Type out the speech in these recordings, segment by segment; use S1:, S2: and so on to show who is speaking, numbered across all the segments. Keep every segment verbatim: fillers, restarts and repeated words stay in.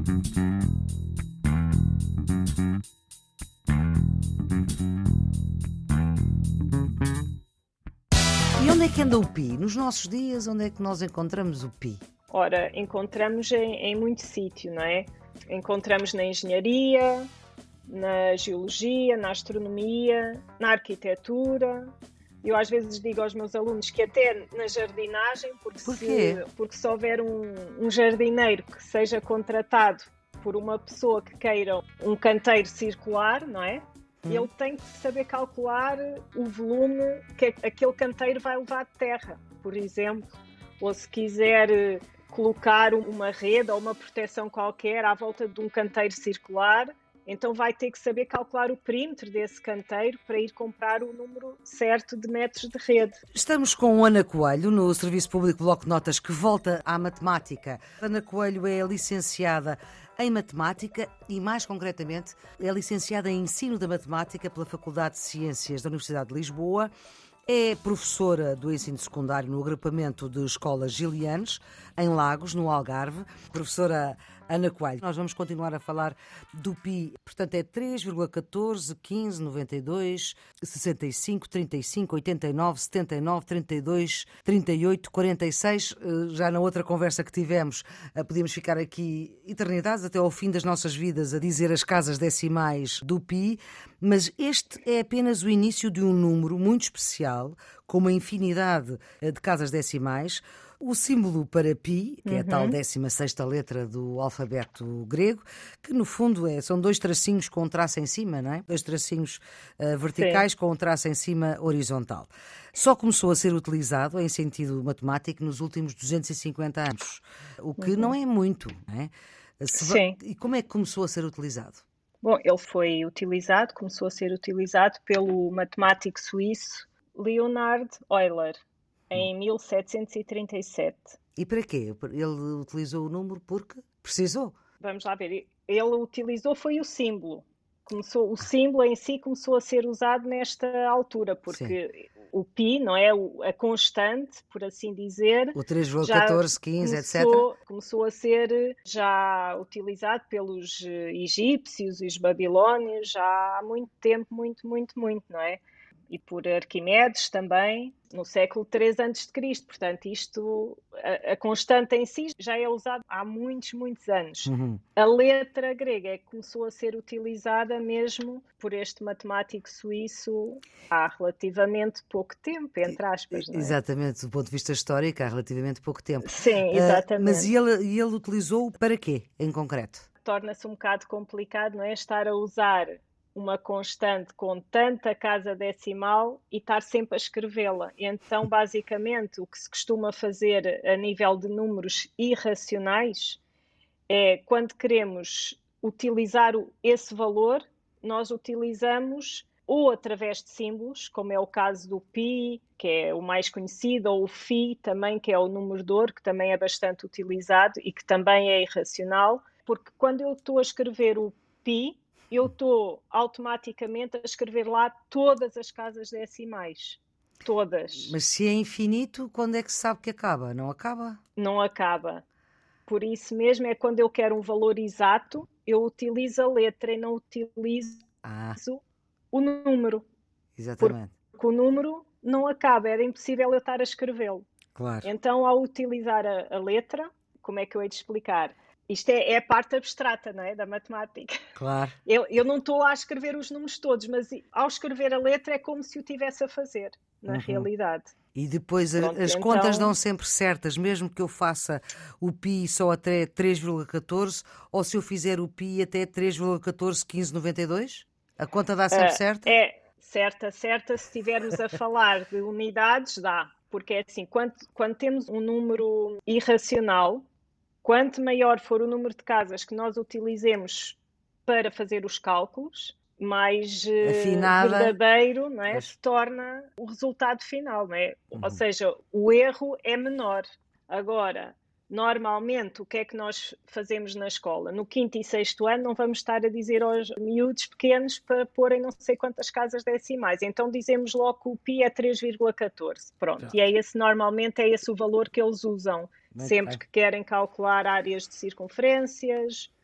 S1: E onde é que anda o pi? Nos nossos dias, onde é que nós encontramos o pi?
S2: Ora, encontramos em, em muito sítio, não é? Encontramos na engenharia, na geologia, na astronomia, na arquitetura. Eu às vezes digo aos meus alunos que até na jardinagem, porque,
S1: Porquê?
S2: se, porque se houver um, um jardineiro que seja contratado por uma pessoa que queira um canteiro circular, não é?
S1: Hum.
S2: Ele tem que saber calcular o volume que aquele canteiro vai levar de terra, por exemplo. Ou se quiser colocar uma rede ou uma proteção qualquer à volta de um canteiro circular, então vai ter que saber calcular o perímetro desse canteiro para ir comprar o número certo de metros de rede.
S1: Estamos com Ana Coelho, no Serviço Público Bloco de Notas, que volta à matemática. Ana Coelho é licenciada em Matemática e, mais concretamente, é licenciada em Ensino da Matemática pela Faculdade de Ciências da Universidade de Lisboa. É professora do ensino secundário no agrupamento de escolas Gilianes, em Lagos, no Algarve. Professora Ana Coelho, nós vamos continuar a falar do pi. Portanto, é três vírgula catorze, quinze, noventa e dois, sessenta e cinco, trinta e cinco, oitenta e nove, setenta e nove, trinta e dois, trinta e oito, quarenta e seis. Já na outra conversa que tivemos, podíamos ficar aqui eternidades até ao fim das nossas vidas a dizer as casas decimais do pi, mas este é apenas o início de um número muito especial, com uma infinidade de casas decimais. O símbolo para pi, que é a tal décima sexta letra do alfabeto grego, que no fundo é, são dois tracinhos com um traço em cima, não é? Dois tracinhos uh, verticais Sim. com um traço em cima horizontal. Só começou a ser utilizado em sentido matemático nos últimos duzentos e cinquenta anos, o que uhum. não é muito, não é? Se
S2: Sim.
S1: E como é que começou a ser utilizado?
S2: Bom, ele foi utilizado, começou a ser utilizado pelo matemático suíço Leonhard Euler, em mil setecentos e trinta e sete.
S1: E para quê? Ele utilizou o número porque precisou?
S2: Vamos lá ver. Ele utilizou foi o símbolo. Começou, o símbolo em si começou a ser usado nesta altura, porque Sim. o pi, não é? A constante, por assim dizer.
S1: O três vírgula catorze, quinze,
S2: começou,
S1: etcétera.
S2: Começou a ser já utilizado pelos egípcios e os babilónios já há muito tempo, muito, muito, muito, não é? E por Arquimedes também, no século três antes de Cristo. Portanto, isto, a, a constante em si já é usada há muitos, muitos anos.
S1: Uhum.
S2: A letra grega é que começou a ser utilizada mesmo por este matemático suíço há relativamente pouco tempo, entre aspas, não é?
S1: Exatamente, do ponto de vista histórico, há relativamente pouco tempo.
S2: Sim, exatamente.
S1: Uh, mas ele, ele utilizou para quê, em concreto?
S2: Torna-se um bocado complicado, não é? Estar a usar uma constante com tanta casa decimal e estar sempre a escrevê-la. Então, basicamente, o que se costuma fazer a nível de números irracionais é, quando queremos utilizar esse valor, nós utilizamos ou através de símbolos, como é o caso do pi, que é o mais conhecido, ou o φ também, que é o número de ouro, que também é bastante utilizado e que também é irracional, porque quando eu estou a escrever o pi, eu estou automaticamente a escrever lá todas as casas decimais. Todas.
S1: Mas se é infinito, quando é que se sabe que acaba? Não acaba?
S2: Não acaba. Por isso mesmo é quando eu quero um valor exato, eu utilizo a letra e não utilizo
S1: ah.
S2: o número.
S1: Exatamente.
S2: Porque o número não acaba, era impossível eu estar a escrevê-lo.
S1: Claro.
S2: Então, ao utilizar a, a letra, como é que eu hei de explicar? Isto é, é a parte abstrata, não é? Da matemática.
S1: Claro.
S2: Eu, eu não estou lá a escrever os números todos, mas ao escrever a letra é como se o estivesse a fazer, na uhum. realidade.
S1: E depois
S2: Pronto,
S1: as
S2: então...
S1: contas dão sempre certas, mesmo que eu faça o pi só até três vírgula catorze, ou se eu fizer o pi até três vírgula catorze, quinze, noventa e dois? A conta dá sempre uh, certa?
S2: É, certa, certa. Se estivermos a falar de unidades, dá. Porque é assim, quando, quando temos um número irracional, quanto maior for o número de casas que nós utilizemos para fazer os cálculos, mais
S1: Afinada,
S2: verdadeiro, não é?
S1: Mas...
S2: se torna o resultado final. Não é? Uhum. Ou seja, o erro é menor. Agora, normalmente, o que é que nós fazemos na escola? No quinto e sexto ano não vamos estar a dizer aos miúdos pequenos para porem não sei quantas casas decimais. Então dizemos logo que o pi é três vírgula catorze. Pronto. Pronto. E é esse, normalmente é esse o valor que eles usam. Muito sempre bem. Que querem calcular áreas de circunferências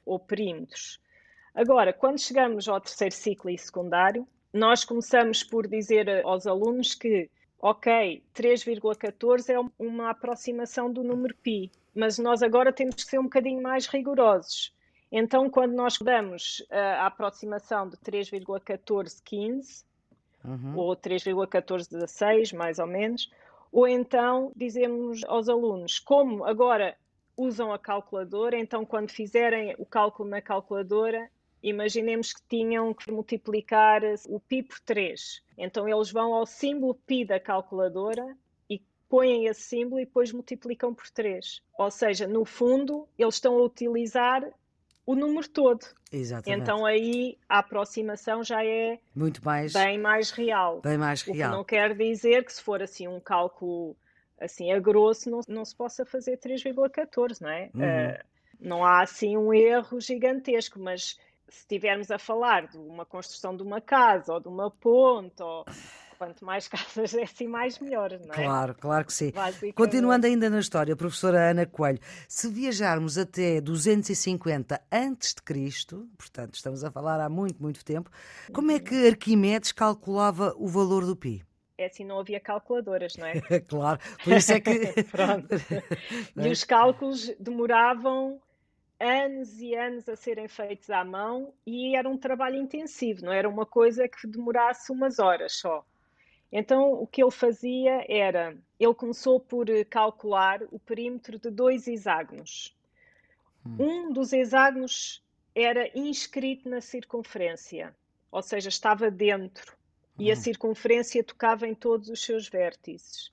S2: ou perímetros. Agora, quando chegamos ao terceiro ciclo e secundário, nós começamos por dizer aos alunos que, ok, três vírgula catorze é uma aproximação do número π, mas nós agora temos que ser um bocadinho mais rigorosos. Então, quando nós damos a aproximação de três vírgula catorze quinze, uhum. ou três vírgula catorze dezasseis, mais ou menos, ou então dizemos aos alunos, como agora usam a calculadora, então quando fizerem o cálculo na calculadora, imaginemos que tinham que multiplicar o π por três. Então eles vão ao símbolo π da calculadora e põem esse símbolo e depois multiplicam por três. Ou seja, no fundo, eles estão a utilizar o número todo.
S1: Exatamente.
S2: Então aí a aproximação já é
S1: muito mais,
S2: bem mais real.
S1: Bem mais real.
S2: O que não quer dizer que se for assim um cálculo assim a grosso não, não se possa fazer três vírgula catorze, não é? Uhum. Uh, não há assim um erro gigantesco, mas se estivermos a falar de uma construção de uma casa ou de uma ponte, ou quanto mais casas decimais, melhor, não é?
S1: Claro, claro que sim. Continuando ainda na história, professora Ana Coelho, se viajarmos até duzentos e cinquenta antes de Cristo, portanto estamos a falar há muito, muito tempo, como é que Arquimedes calculava o valor do π?
S2: É assim, não havia calculadoras, não é?
S1: Claro, por isso é que...
S2: Pronto. E os cálculos demoravam anos e anos a serem feitos à mão e era um trabalho intensivo, não era uma coisa que demorasse umas horas só. Então, o que ele fazia era, ele começou por calcular o perímetro de dois hexágonos. Hum. Um dos hexágonos era inscrito na circunferência, ou seja, estava dentro, hum. e a circunferência tocava em todos os seus vértices.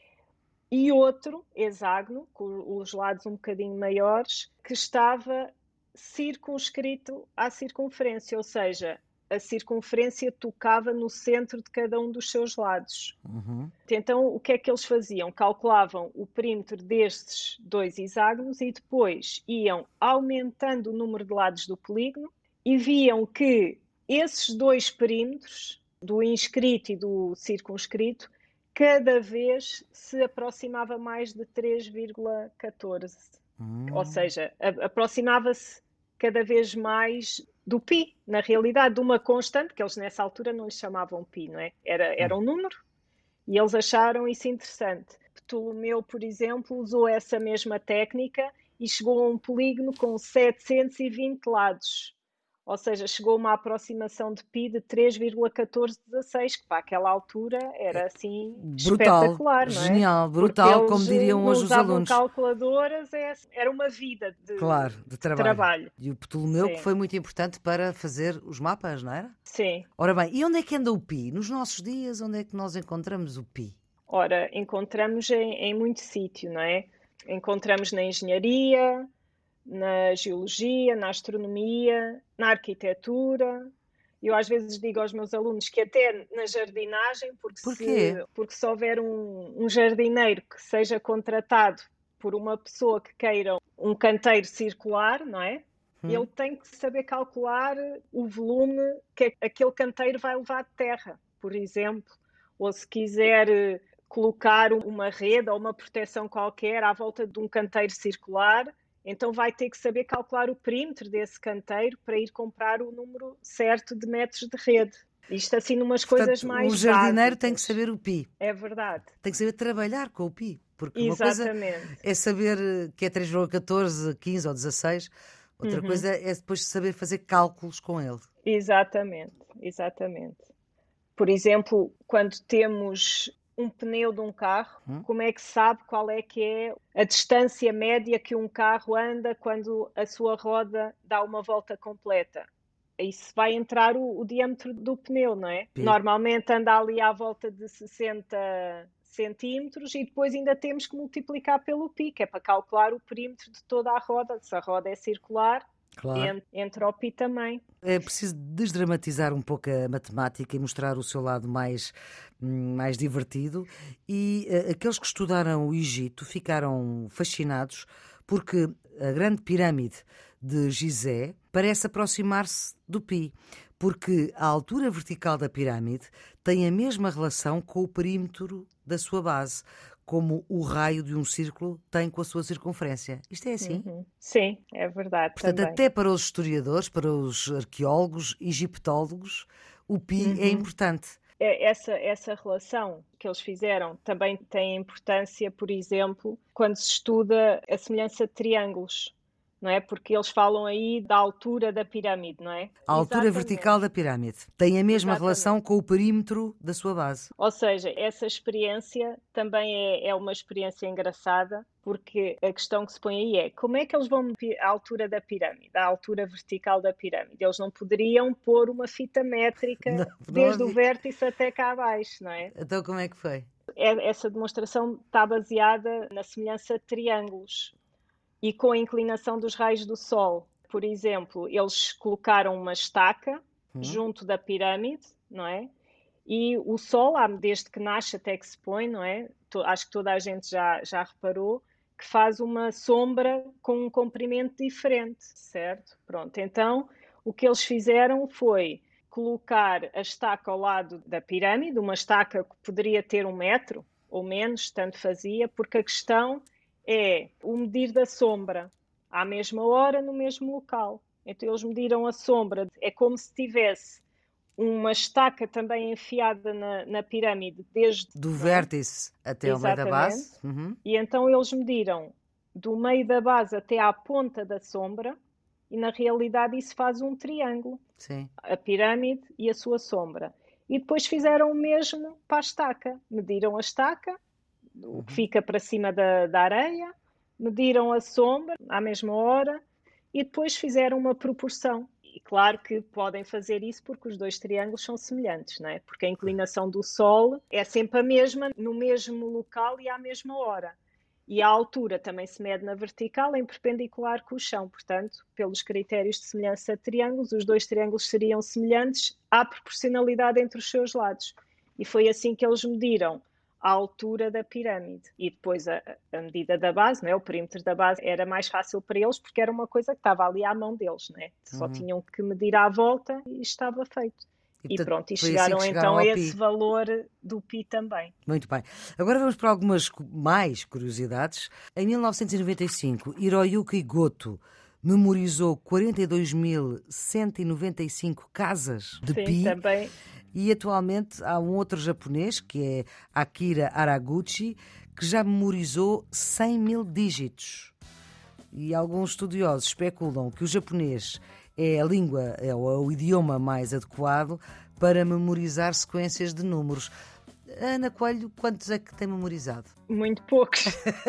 S2: E outro hexágono, com os lados um bocadinho maiores, que estava circunscrito à circunferência, ou seja, a circunferência tocava no centro de cada um dos seus lados. Uhum. Então, o que é que eles faziam? Calculavam o perímetro destes dois hexágonos e depois iam aumentando o número de lados do polígono e viam que esses dois perímetros, do inscrito e do circunscrito, cada vez se aproximava mais de três vírgula catorze. Hum. Ou seja, a, aproximava-se cada vez mais do π, na realidade, de uma constante, que eles nessa altura não lhe chamavam π, não é? Era, era um número e eles acharam isso interessante. Ptolomeu, por exemplo, usou essa mesma técnica e chegou a um polígono com setecentos e vinte lados. Ou seja, chegou a uma aproximação de π de três vírgula catorze dezasseis, que para aquela altura era assim
S1: brutal,
S2: espetacular, não é?
S1: Genial, brutal, como diriam hoje os alunos.
S2: Calculadoras, era uma vida de,
S1: claro, de trabalho.
S2: de trabalho.
S1: E o Ptolomeu,
S2: Sim.
S1: que foi muito importante para fazer os mapas, não era?
S2: Sim.
S1: Ora bem, e onde é que anda o π? Nos nossos dias, onde é que nós encontramos o π?
S2: Ora, encontramos em, em muito sítio, não é? Encontramos na engenharia, na geologia, na astronomia, na arquitetura. Eu às vezes digo aos meus alunos que até na jardinagem, porque,
S1: Por
S2: se, porque se houver um, um jardineiro que seja contratado por uma pessoa que queira um canteiro circular, não é? Hum. Ele tem que saber calcular o volume que aquele canteiro vai levar de terra, por exemplo. Ou se quiser colocar uma rede ou uma proteção qualquer à volta de um canteiro circular, então vai ter que saber calcular o perímetro desse canteiro para ir comprar o número certo de metros de rede. Isto assim numas
S1: Portanto,
S2: coisas mais
S1: o jardineiro
S2: básicas.
S1: Tem que saber o π.
S2: É verdade.
S1: Tem que saber trabalhar com o π. Porque
S2: Exatamente.
S1: Uma coisa é saber que é três vírgula catorze, quinze ou dezasseis. Outra uhum. coisa é depois saber fazer cálculos com ele.
S2: Exatamente, exatamente. Por exemplo, quando temos um pneu de um carro, hum? como é que se sabe qual é que é a distância média que um carro anda quando a sua roda dá uma volta completa? Isso vai entrar o, o diâmetro do pneu, não é? Sim. Normalmente anda ali à volta de sessenta centímetros e depois ainda temos que multiplicar pelo π, que é para calcular o perímetro de toda a roda. Se a roda é circular,
S1: claro.
S2: entra o π também.
S1: É preciso desdramatizar um pouco a matemática e mostrar o seu lado mais, mais divertido. E uh, aqueles que estudaram o Egito ficaram fascinados porque a grande pirâmide de Gizé parece aproximar-se do π, porque a altura vertical da pirâmide tem a mesma relação com o perímetro da sua base, como o raio de um círculo tem com a sua circunferência. Isto é assim?
S2: Uhum. Sim, é verdade.
S1: Portanto,
S2: também.
S1: até para os historiadores, para os arqueólogos, egiptólogos, o pi
S2: Uhum.
S1: é importante.
S2: Essa, essa relação que eles fizeram também tem importância, por exemplo, quando se estuda a semelhança de triângulos, não é? Porque eles falam aí da altura da pirâmide, não é?
S1: A altura
S2: Exatamente.
S1: vertical da pirâmide tem a mesma
S2: Exatamente.
S1: relação com o perímetro da sua base.
S2: Ou seja, essa experiência também é, é uma experiência engraçada, porque a questão que se põe aí é como é que eles vão medir a altura da pirâmide, a altura vertical da pirâmide? Eles não poderiam pôr uma fita métrica
S1: Não, não
S2: desde
S1: havia.
S2: o vértice até cá abaixo, não é?
S1: Então como é que foi?
S2: Essa demonstração está baseada na semelhança de triângulos e com a inclinação dos raios do Sol. Por exemplo, eles colocaram uma estaca
S1: Hum.
S2: junto da pirâmide, não é? E o Sol, desde que nasce até que se põe, não é? Acho que toda a gente já, já reparou, que faz uma sombra com um comprimento diferente, certo? Pronto, então o que eles fizeram foi colocar a estaca ao lado da pirâmide, uma estaca que poderia ter um metro ou menos, tanto fazia, porque a questão é o medir da sombra à mesma hora, no mesmo local. Então eles mediram a sombra, é como se tivesse uma estaca também enfiada na, na pirâmide desde...
S1: Do vértice até ao meio da base. Uhum.
S2: E então eles mediram do meio da base até à ponta da sombra e na realidade isso faz um triângulo.
S1: Sim.
S2: A pirâmide e a sua sombra. E depois fizeram o mesmo para a estaca. Mediram a estaca, o que fica para cima da, da areia, mediram a sombra à mesma hora e depois fizeram uma proporção. E claro que podem fazer isso porque os dois triângulos são semelhantes, não é? Porque a inclinação do Sol é sempre a mesma, no mesmo local e à mesma hora. E a altura também se mede na vertical em perpendicular com o chão. Portanto, pelos critérios de semelhança de triângulos, os dois triângulos seriam semelhantes à proporcionalidade entre os seus lados. E foi assim que eles mediram a altura da pirâmide. E depois a, a medida da base, não é? O perímetro da base era mais fácil para eles porque era uma coisa que estava ali à mão deles, não é? Só
S1: Uhum.
S2: tinham que medir à volta e estava feito.
S1: E,
S2: E
S1: portanto,
S2: pronto, e
S1: foi assim
S2: chegaram,
S1: que chegaram
S2: então
S1: ao
S2: a esse
S1: pi.
S2: valor do pi também.
S1: Muito bem. Agora vamos para algumas mais curiosidades. Em mil novecentos e noventa e cinco, Hiroyuki Goto memorizou quarenta e dois mil cento e noventa e cinco casas de
S2: Sim,
S1: pi.
S2: também.
S1: E atualmente há um outro japonês, que é Akira Haraguchi, que já memorizou cem mil dígitos. E alguns estudiosos especulam que o japonês é a língua, é o idioma mais adequado para memorizar sequências de números. Ana Coelho, quantos é que tem memorizado?
S2: Muito poucos.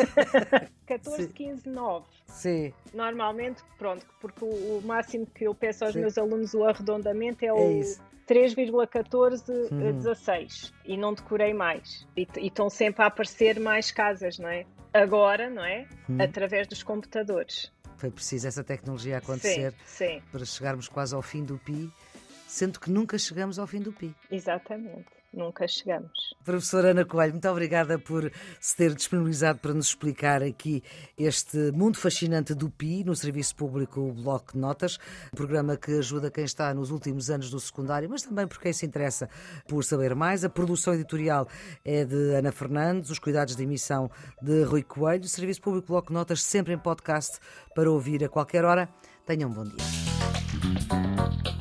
S2: catorze,
S1: Sim.
S2: quinze, nove.
S1: Sim.
S2: Normalmente, pronto, porque o, o máximo que eu peço aos
S1: Sim.
S2: meus alunos o arredondamento é,
S1: É
S2: o
S1: isso.
S2: três vírgula catorze
S1: Uhum.
S2: dezasseis e não decorei mais. E e estão sempre a aparecer mais casas, não é? Agora, não é?
S1: Uhum.
S2: Através dos computadores.
S1: Foi preciso essa tecnologia acontecer
S2: Sim, sim,
S1: para chegarmos quase ao fim do pi, sendo que nunca chegamos ao fim do pi.
S2: exatamente. Nunca chegamos.
S1: Professora Ana Coelho, muito obrigada por se ter disponibilizado para nos explicar aqui este mundo fascinante do pi no Serviço Público Bloco de Notas, um programa que ajuda quem está nos últimos anos do secundário, mas também por quem se interessa por saber mais. A produção editorial é de Ana Fernandes, os cuidados de emissão de Rui Coelho, o Serviço Público Bloco de Notas sempre em podcast para ouvir a qualquer hora. Tenham um bom dia.